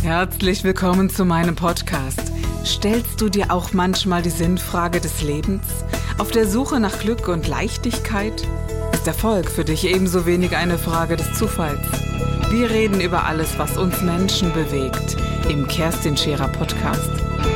Herzlich willkommen zu meinem Podcast. Stellst du dir auch manchmal die Sinnfrage des Lebens? Auf der Suche nach Glück und Leichtigkeit? Ist Erfolg für dich ebenso wenig eine Frage des Zufalls? Wir reden über alles, was uns Menschen bewegt, im Kerstin Scherer Podcast.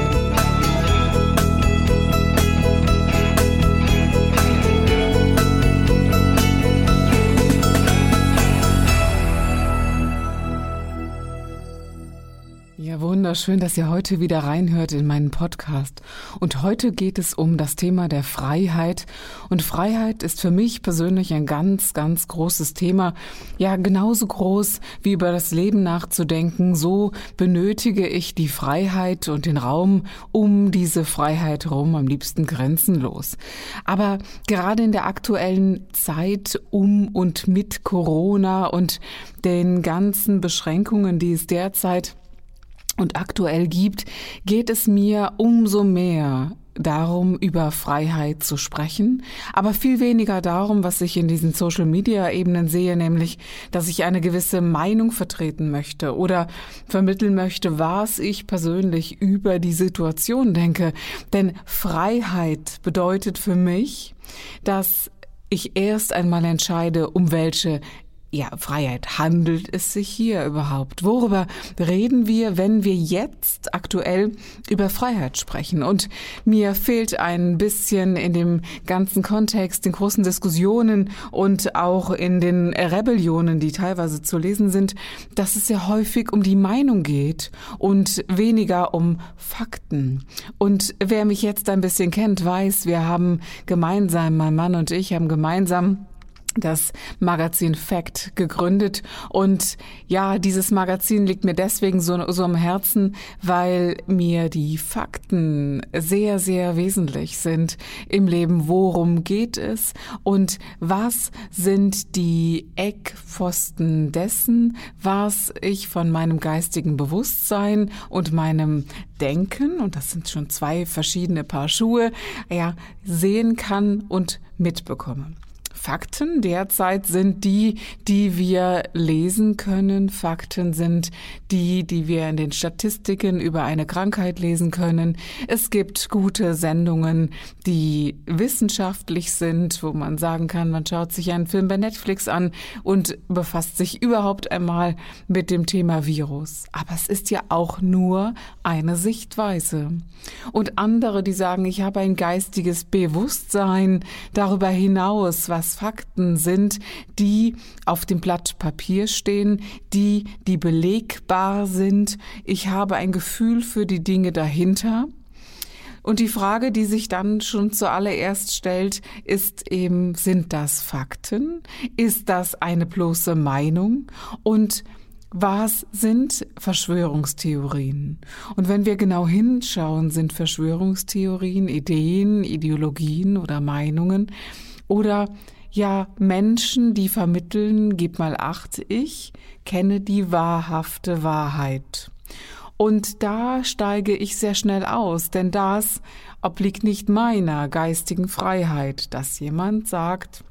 Ja, wunderschön, dass ihr heute wieder reinhört in meinen Podcast. Und heute geht es um das Thema der Freiheit. Und Freiheit ist für mich persönlich ein ganz, ganz großes Thema. Ja, genauso groß wie über das Leben nachzudenken. So benötige ich die Freiheit und den Raum um diese Freiheit herum, am liebsten grenzenlos. Aber gerade in der aktuellen Zeit um und mit Corona und den ganzen Beschränkungen, die es derzeit und aktuell gibt, geht es mir umso mehr darum, über Freiheit zu sprechen, aber viel weniger darum, was ich in diesen Social-Media-Ebenen sehe, nämlich, dass ich eine gewisse Meinung vertreten möchte oder vermitteln möchte, was ich persönlich über die Situation denke. Denn Freiheit bedeutet für mich, dass ich erst einmal entscheide, um welche Freiheit handelt es sich hier überhaupt? Worüber reden wir, wenn wir jetzt aktuell über Freiheit sprechen? Und mir fehlt ein bisschen in dem ganzen Kontext, den großen Diskussionen und auch in den Rebellionen, die teilweise zu lesen sind, dass es sehr häufig um die Meinung geht und weniger um Fakten. Und wer mich jetzt ein bisschen kennt, weiß, wir haben gemeinsam, mein Mann und ich haben gemeinsam das Magazin Fact gegründet. Und ja, dieses Magazin liegt mir deswegen so am Herzen, weil mir die Fakten sehr, sehr wesentlich sind im Leben. Worum geht es und was sind die Eckpfosten dessen, was ich von meinem geistigen Bewusstsein und meinem Denken, und das sind schon zwei verschiedene Paar Schuhe, sehen kann und mitbekomme. Fakten derzeit sind die wir lesen können. Fakten sind die wir in den Statistiken über eine Krankheit lesen können. Es gibt gute Sendungen, die wissenschaftlich sind, wo man sagen kann, man schaut sich einen Film bei Netflix an und befasst sich überhaupt einmal mit dem Thema Virus. Aber es ist ja auch nur eine Sichtweise. Und andere, die sagen, ich habe ein geistiges Bewusstsein darüber hinaus, was Fakten sind, die auf dem Blatt Papier stehen, die belegbar sind. Ich habe ein Gefühl für die Dinge dahinter. Und die Frage, die sich dann schon zuallererst stellt, ist eben, sind das Fakten? Ist das eine bloße Meinung? Und was sind Verschwörungstheorien? Und wenn wir genau hinschauen, sind Verschwörungstheorien Ideen, Ideologien oder Meinungen oder Menschen, die vermitteln, gib mal Acht, ich kenne die wahrhafte Wahrheit. Und da steige ich sehr schnell aus, denn das obliegt nicht meiner geistigen Freiheit, dass jemand sagt,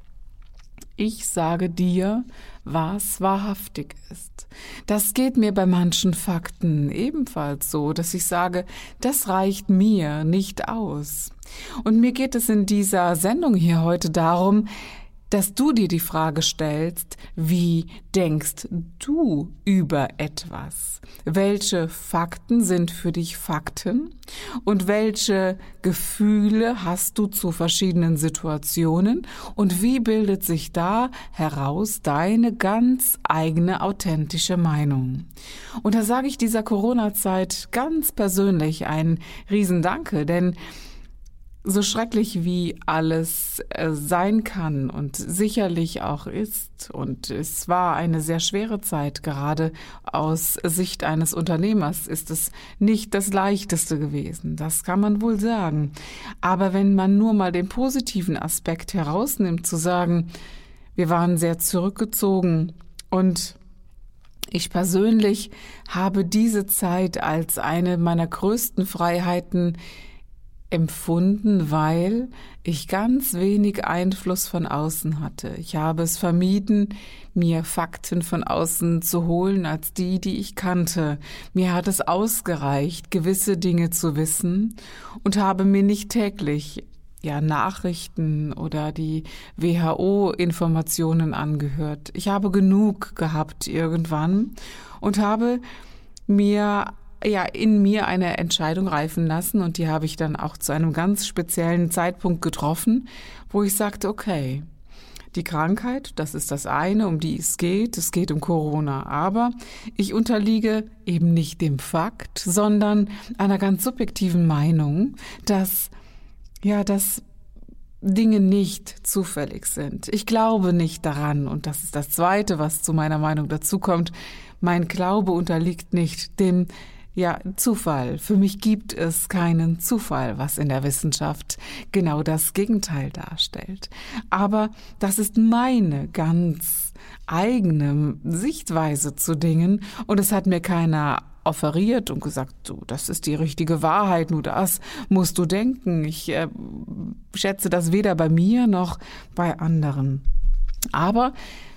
ich sage dir, was wahrhaftig ist. Das geht mir bei manchen Fakten ebenfalls so, dass ich sage, das reicht mir nicht aus. Und mir geht es in dieser Sendung hier heute darum, dass du dir die Frage stellst, wie denkst du über etwas? Welche Fakten sind für dich Fakten? Und welche Gefühle hast du zu verschiedenen Situationen? Und wie bildet sich da heraus deine ganz eigene, authentische Meinung? Und da sage ich dieser Corona-Zeit ganz persönlich ein Riesendanke, denn so schrecklich wie alles sein kann und sicherlich auch ist, und es war eine sehr schwere Zeit, gerade aus Sicht eines Unternehmers ist es nicht das Leichteste gewesen, das kann man wohl sagen. Aber wenn man nur mal den positiven Aspekt herausnimmt, zu sagen, wir waren sehr zurückgezogen und ich persönlich habe diese Zeit als eine meiner größten Freiheiten empfunden, weil ich ganz wenig Einfluss von außen hatte. Ich habe es vermieden, mir Fakten von außen zu holen als die ich kannte. Mir hat es ausgereicht, gewisse Dinge zu wissen und habe mir nicht täglich Nachrichten oder die WHO-Informationen angehört. Ich habe genug gehabt irgendwann und habe mir in mir eine Entscheidung reifen lassen und die habe ich dann auch zu einem ganz speziellen Zeitpunkt getroffen, wo ich sagte, okay, die Krankheit, das ist das eine, um die es geht um Corona, aber ich unterliege eben nicht dem Fakt, sondern einer ganz subjektiven Meinung, dass Dinge nicht zufällig sind. Ich glaube nicht daran und das ist das Zweite, was zu meiner Meinung dazu kommt. Mein Glaube unterliegt nicht dem Zufall. Für mich gibt es keinen Zufall, was in der Wissenschaft genau das Gegenteil darstellt. Aber das ist meine ganz eigene Sichtweise zu Dingen und es hat mir keiner offeriert und gesagt, du, das ist die richtige Wahrheit, nur das musst du denken. Ich schätze das weder bei mir noch bei anderen. Aber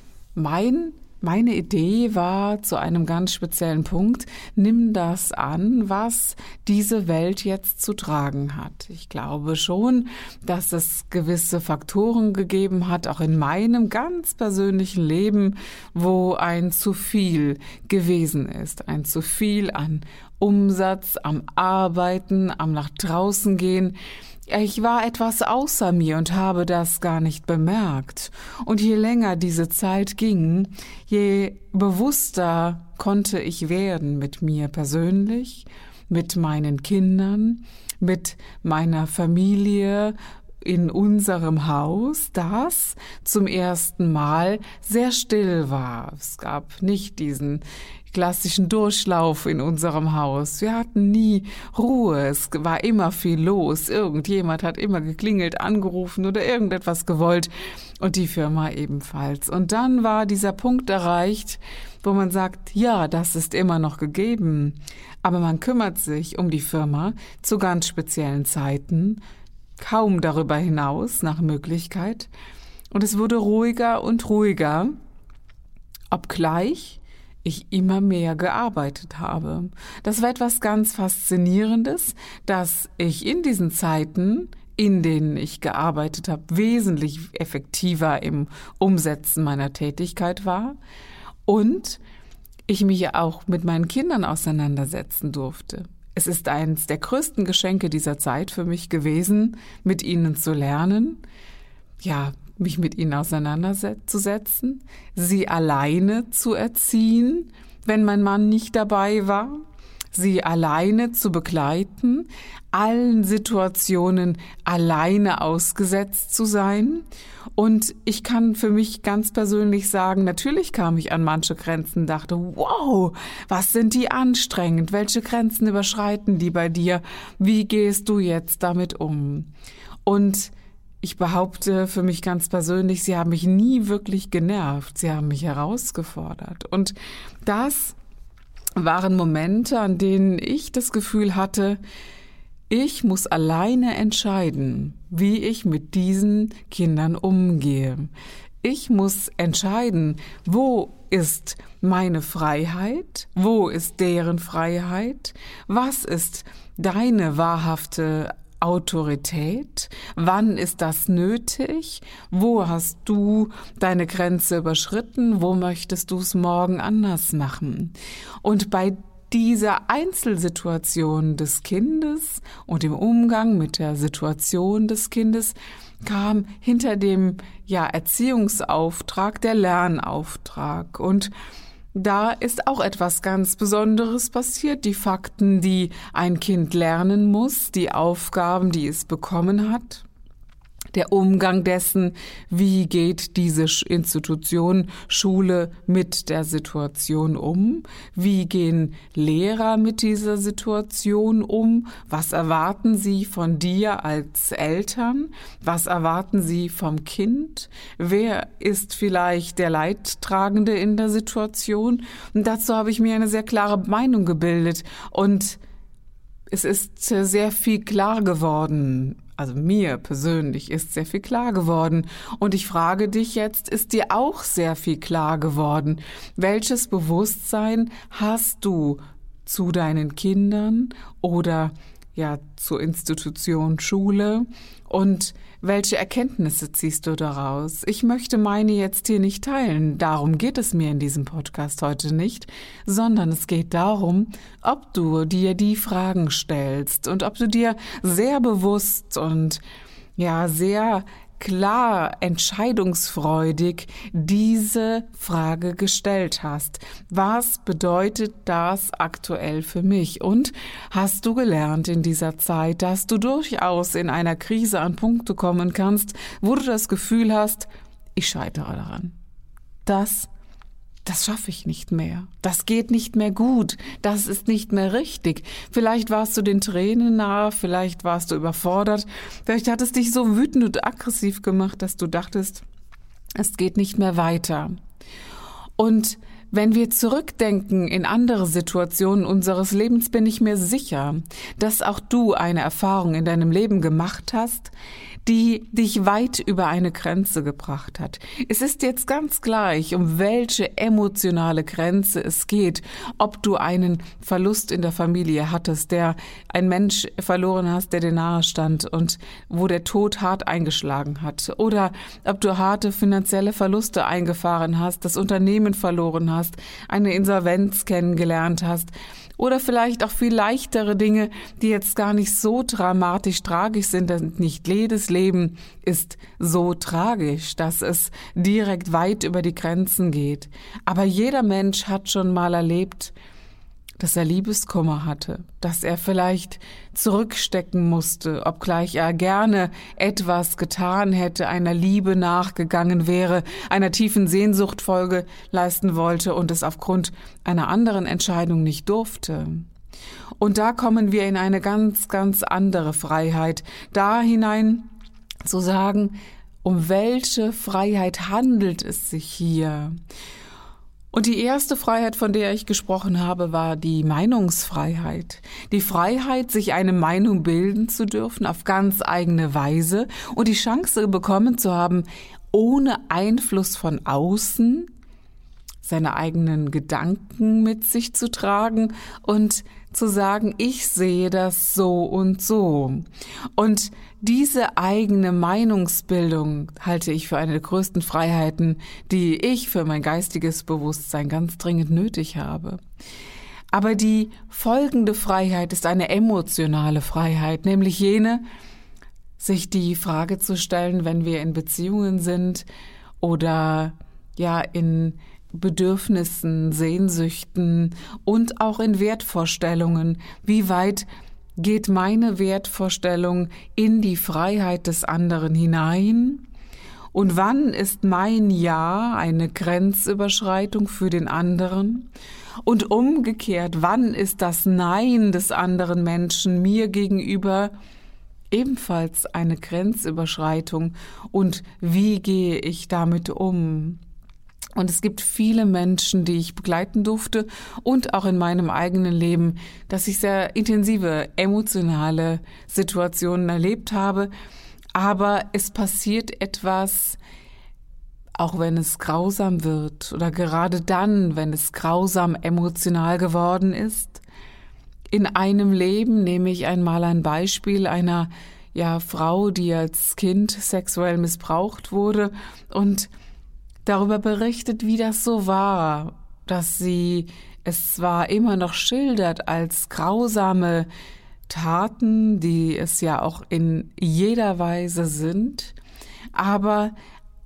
meine Idee war zu einem ganz speziellen Punkt, nimm das an, was diese Welt jetzt zu tragen hat. Ich glaube schon, dass es gewisse Faktoren gegeben hat, auch in meinem ganz persönlichen Leben, wo ein zu viel gewesen ist, ein zu viel an Umsatz, am Arbeiten, am nach draußen gehen. Ich war etwas außer mir und habe das gar nicht bemerkt. Und je länger diese Zeit ging, je bewusster konnte ich werden mit mir persönlich, mit meinen Kindern, mit meiner Familie in unserem Haus, das zum ersten Mal sehr still war. Es gab nicht diesen klassischen Durchlauf in unserem Haus. Wir hatten nie Ruhe. Es war immer viel los. Irgendjemand hat immer geklingelt, angerufen oder irgendetwas gewollt und die Firma ebenfalls. Und dann war dieser Punkt erreicht, wo man sagt, ja, das ist immer noch gegeben, aber man kümmert sich um die Firma zu ganz speziellen Zeiten, kaum darüber hinaus nach Möglichkeit. Und es wurde ruhiger und ruhiger, obgleich ich immer mehr gearbeitet habe. Das war etwas ganz Faszinierendes, dass ich in diesen Zeiten, in denen ich gearbeitet habe, wesentlich effektiver im Umsetzen meiner Tätigkeit war und ich mich auch mit meinen Kindern auseinandersetzen durfte. Es ist eines der größten Geschenke dieser Zeit für mich gewesen, mit ihnen zu lernen, mich mit ihnen auseinanderzusetzen, sie alleine zu erziehen, wenn mein Mann nicht dabei war, sie alleine zu begleiten, allen Situationen alleine ausgesetzt zu sein. Und ich kann für mich ganz persönlich sagen, natürlich kam ich an manche Grenzen, dachte, wow, was sind die anstrengend? Welche Grenzen überschreiten die bei dir? Wie gehst du jetzt damit um? Und ich behaupte für mich ganz persönlich, sie haben mich nie wirklich genervt. Sie haben mich herausgefordert. Und das waren Momente, an denen ich das Gefühl hatte, ich muss alleine entscheiden, wie ich mit diesen Kindern umgehe. Ich muss entscheiden, wo ist meine Freiheit, wo ist deren Freiheit, was ist deine wahrhafte Autorität? Wann ist das nötig? Wo hast du deine Grenze überschritten? Wo möchtest du es morgen anders machen? Und bei dieser Einzelsituation des Kindes und dem Umgang mit der Situation des Kindes kam hinter dem Erziehungsauftrag der Lernauftrag. Und da ist auch etwas ganz Besonderes passiert. Die Fakten, die ein Kind lernen muss, die Aufgaben, die es bekommen hat, der Umgang dessen, wie geht diese Institution, Schule mit der Situation um? Wie gehen Lehrer mit dieser Situation um? Was erwarten sie von dir als Eltern? Was erwarten sie vom Kind? Wer ist vielleicht der Leidtragende in der Situation? Und dazu habe ich mir eine sehr klare Meinung gebildet und es ist sehr viel klar geworden. Also mir persönlich ist sehr viel klar geworden. Und ich frage dich jetzt, ist dir auch sehr viel klar geworden? Welches Bewusstsein hast du zu deinen Kindern oder ja zur Institution Schule? Und welche Erkenntnisse ziehst du daraus? Ich möchte meine jetzt hier nicht teilen. Darum geht es mir in diesem Podcast heute nicht, sondern es geht darum, ob du dir die Fragen stellst und ob du dir sehr bewusst und ja sehr klar, entscheidungsfreudig diese Frage gestellt hast. Was bedeutet das aktuell für mich? Und hast du gelernt in dieser Zeit, dass du durchaus in einer Krise an Punkte kommen kannst, wo du das Gefühl hast, ich scheitere daran. Das schaffe ich nicht mehr. Das geht nicht mehr gut. Das ist nicht mehr richtig. Vielleicht warst du den Tränen nahe, vielleicht warst du überfordert. Vielleicht hat es dich so wütend und aggressiv gemacht, dass du dachtest, es geht nicht mehr weiter. Und wenn wir zurückdenken in andere Situationen unseres Lebens, bin ich mir sicher, dass auch du eine Erfahrung in deinem Leben gemacht hast, die dich weit über eine Grenze gebracht hat. Es ist jetzt ganz gleich, um welche emotionale Grenze es geht, ob du einen Verlust in der Familie hattest, der ein Mensch verloren hast, der dir nahe stand und wo der Tod hart eingeschlagen hat, oder ob du harte finanzielle Verluste eingefahren hast, das Unternehmen verloren hast, eine Insolvenz kennengelernt hast, oder vielleicht auch viel leichtere Dinge, die jetzt gar nicht so dramatisch tragisch sind, denn nicht jedes Leben ist so tragisch, dass es direkt weit über die Grenzen geht. Aber jeder Mensch hat schon mal erlebt, dass er Liebeskummer hatte, dass er vielleicht zurückstecken musste, obgleich er gerne etwas getan hätte, einer Liebe nachgegangen wäre, einer tiefen Sehnsucht Folge leisten wollte und es aufgrund einer anderen Entscheidung nicht durfte. Und da kommen wir in eine ganz, ganz andere Freiheit, da hinein zu sagen, um welche Freiheit handelt es sich hier? Und die erste Freiheit, von der ich gesprochen habe, war die Meinungsfreiheit. Die Freiheit, sich eine Meinung bilden zu dürfen auf ganz eigene Weise und die Chance bekommen zu haben, ohne Einfluss von außen seine eigenen Gedanken mit sich zu tragen und zu sagen, ich sehe das so und so. Und diese eigene Meinungsbildung halte ich für eine der größten Freiheiten, die ich für mein geistiges Bewusstsein ganz dringend nötig habe. Aber die folgende Freiheit ist eine emotionale Freiheit, nämlich jene, sich die Frage zu stellen, wenn wir in Beziehungen sind oder ja in Bedürfnissen, Sehnsüchten und auch in Wertvorstellungen. Wie weit geht meine Wertvorstellung in die Freiheit des anderen hinein? Und wann ist mein Ja eine Grenzüberschreitung für den anderen? Und umgekehrt, wann ist das Nein des anderen Menschen mir gegenüber ebenfalls eine Grenzüberschreitung? Und wie gehe ich damit um? Und es gibt viele Menschen, die ich begleiten durfte und auch in meinem eigenen Leben, dass ich sehr intensive emotionale Situationen erlebt habe. Aber es passiert etwas, auch wenn es grausam wird oder gerade dann, wenn es grausam emotional geworden ist. In einem Leben nehme ich einmal ein Beispiel einer Frau, die als Kind sexuell missbraucht wurde und darüber berichtet, wie das so war, dass sie es zwar immer noch schildert als grausame Taten, die es ja auch in jeder Weise sind, aber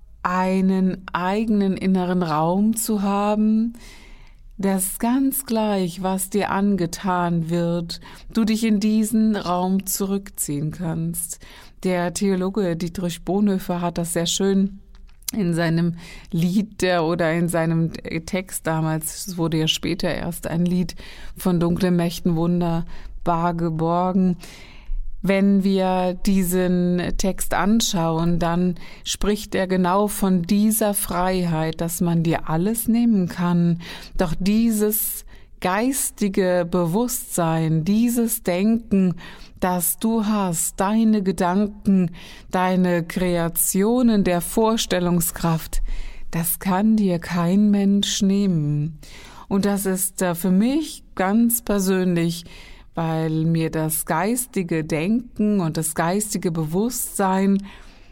einen eigenen inneren Raum zu haben, dass ganz gleich, was dir angetan wird, du dich in diesen Raum zurückziehen kannst. Der Theologe Dietrich Bonhoeffer hat das sehr schön in seinem Lied oder in seinem Text damals, es wurde ja später erst ein Lied von dunklen Mächten wunderbar geborgen. Wenn wir diesen Text anschauen, dann spricht er genau von dieser Freiheit, dass man dir alles nehmen kann. Doch dieses geistige Bewusstsein, dieses Denken, das du hast, deine Gedanken, deine Kreationen der Vorstellungskraft, das kann dir kein Mensch nehmen. Und das ist für mich ganz persönlich, weil mir das geistige Denken und das geistige Bewusstsein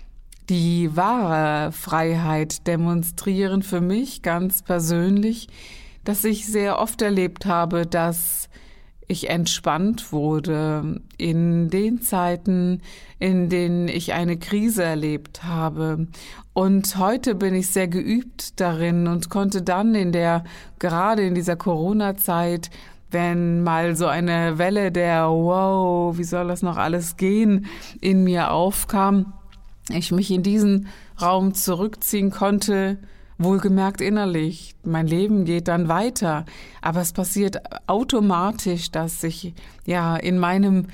die wahre Freiheit demonstrieren für mich ganz persönlich, dass ich sehr oft erlebt habe, dass ich entspannt wurde in den Zeiten, in denen ich eine Krise erlebt habe. Und heute bin ich sehr geübt darin und konnte dann gerade in dieser Corona-Zeit, wenn mal so eine Welle der wow, wie soll das noch alles gehen, in mir aufkam, ich mich in diesen Raum zurückziehen konnte, wohlgemerkt innerlich. Mein Leben geht dann weiter, aber es passiert automatisch, dass ich in meinem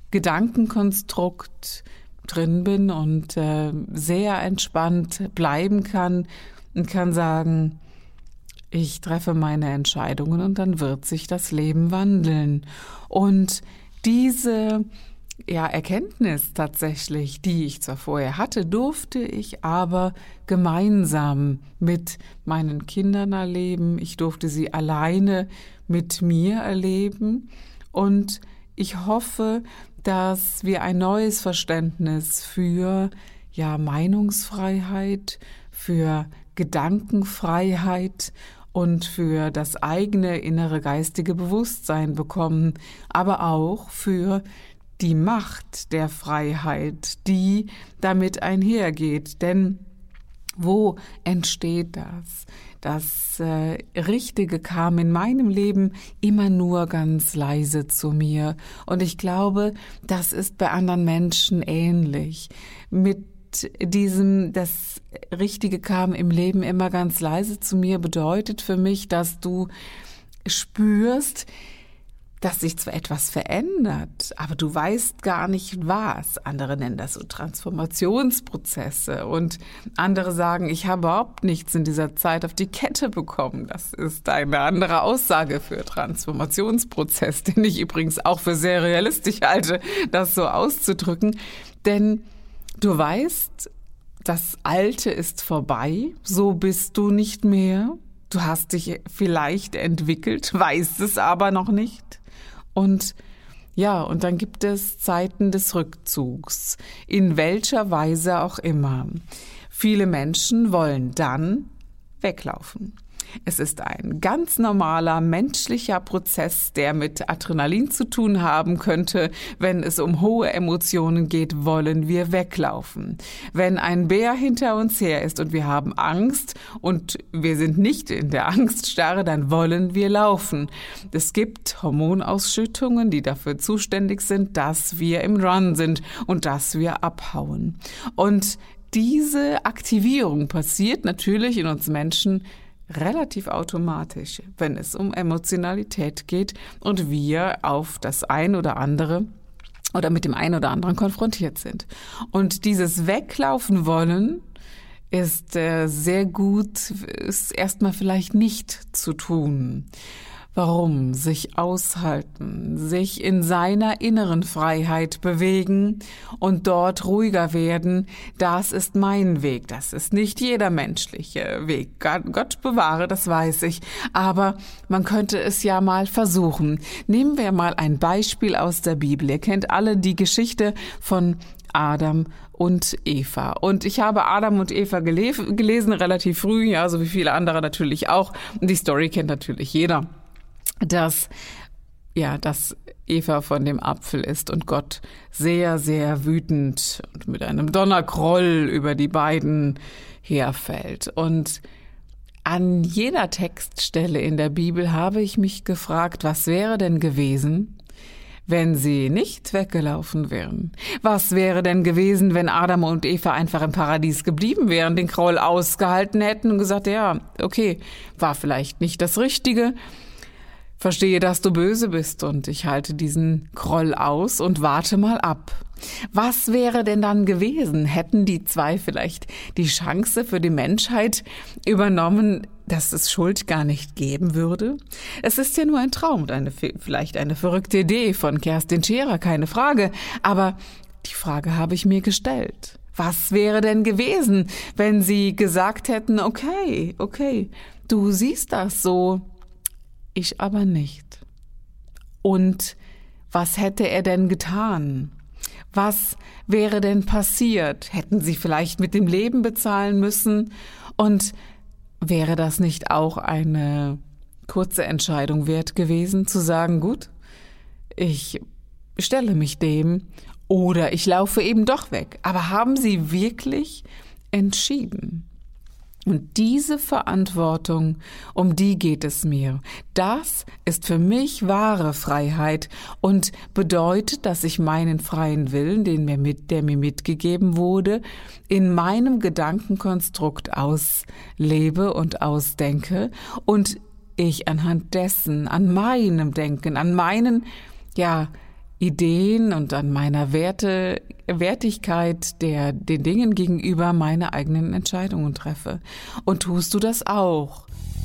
Gedankenkonstrukt drin bin und sehr entspannt bleiben kann und kann sagen, ich treffe meine Entscheidungen und dann wird sich das Leben wandeln. Und diese Erkenntnis tatsächlich, die ich zwar vorher hatte, durfte ich aber gemeinsam mit meinen Kindern erleben. Ich durfte sie alleine mit mir erleben und ich hoffe, dass wir ein neues Verständnis für Meinungsfreiheit, für Gedankenfreiheit und für das eigene innere geistige Bewusstsein bekommen, aber auch für die Macht der Freiheit, die damit einhergeht. Denn wo entsteht das? Das Richtige kam in meinem Leben immer nur ganz leise zu mir. Und ich glaube, das ist bei anderen Menschen ähnlich. Das Richtige kam im Leben immer ganz leise zu mir, bedeutet für mich, dass du spürst, dass sich zwar etwas verändert, aber du weißt gar nicht was. Andere nennen das so Transformationsprozesse und andere sagen, ich habe überhaupt nichts in dieser Zeit auf die Kette bekommen. Das ist eine andere Aussage für Transformationsprozess, den ich übrigens auch für sehr realistisch halte, das so auszudrücken. Denn du weißt, das Alte ist vorbei, so bist du nicht mehr. Du hast dich vielleicht entwickelt, weißt es aber noch nicht. Und dann gibt es Zeiten des Rückzugs, in welcher Weise auch immer. Viele Menschen wollen dann weglaufen. Es ist ein ganz normaler menschlicher Prozess, der mit Adrenalin zu tun haben könnte. Wenn es um hohe Emotionen geht, wollen wir weglaufen. Wenn ein Bär hinter uns her ist und wir haben Angst und wir sind nicht in der Angststarre, dann wollen wir laufen. Es gibt Hormonausschüttungen, die dafür zuständig sind, dass wir im Run sind und dass wir abhauen. Und diese Aktivierung passiert natürlich in uns Menschen relativ automatisch, wenn es um Emotionalität geht und wir auf das ein oder andere oder mit dem einen oder anderen konfrontiert sind. Und dieses Weglaufen wollen ist sehr gut, ist erstmal vielleicht nicht zu tun. Warum? Sich aushalten, sich in seiner inneren Freiheit bewegen und dort ruhiger werden, das ist mein Weg. Das ist nicht jeder menschliche Weg. Gott bewahre, das weiß ich. Aber man könnte es ja mal versuchen. Nehmen wir mal ein Beispiel aus der Bibel. Ihr kennt alle die Geschichte von Adam und Eva. Und ich habe Adam und Eva gelesen, relativ früh, so wie viele andere natürlich auch. Und die Story kennt natürlich jeder. Dass Eva von dem Apfel isst und Gott sehr, sehr wütend und mit einem Donnergroll über die beiden herfällt. Und an jeder Textstelle in der Bibel habe ich mich gefragt, was wäre denn gewesen, wenn sie nicht weggelaufen wären? Was wäre denn gewesen, wenn Adam und Eva einfach im Paradies geblieben wären, den Groll ausgehalten hätten und gesagt, okay, war vielleicht nicht das Richtige, verstehe, dass du böse bist und ich halte diesen Groll aus und warte mal ab. Was wäre denn dann gewesen? Hätten die zwei vielleicht die Chance für die Menschheit übernommen, dass es Schuld gar nicht geben würde? Es ist ja nur ein Traum und vielleicht eine verrückte Idee von Kerstin Scherer, keine Frage. Aber die Frage habe ich mir gestellt. Was wäre denn gewesen, wenn Sie gesagt hätten, okay, du siehst das so, ich aber nicht. Und was hätte er denn getan? Was wäre denn passiert? Hätten Sie vielleicht mit dem Leben bezahlen müssen? Und wäre das nicht auch eine kurze Entscheidung wert gewesen, zu sagen, gut, ich stelle mich dem oder ich laufe eben doch weg? Aber haben Sie wirklich entschieden? Und diese Verantwortung, um die geht es mir. Das ist für mich wahre Freiheit und bedeutet, dass ich meinen freien Willen, der mir mitgegeben wurde, in meinem Gedankenkonstrukt auslebe und ausdenke und ich anhand dessen, an meinem Denken, an meinen, Ideen und an meiner Wertigkeit den Dingen gegenüber meine eigenen Entscheidungen treffe. Und tust du das auch?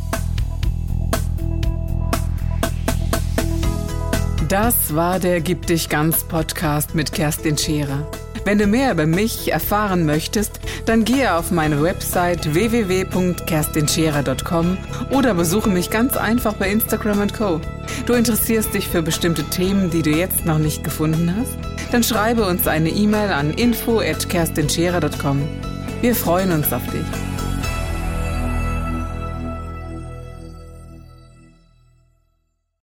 Das war der Gib dich ganz Podcast mit Kerstin Scherer. Wenn du mehr über mich erfahren möchtest, dann gehe auf meine Website www.kerstinscherer.com oder besuche mich ganz einfach bei Instagram & Co. Du interessierst dich für bestimmte Themen, die du jetzt noch nicht gefunden hast? Dann schreibe uns eine E-Mail an info@kerstinscherer.com. Wir freuen uns auf dich.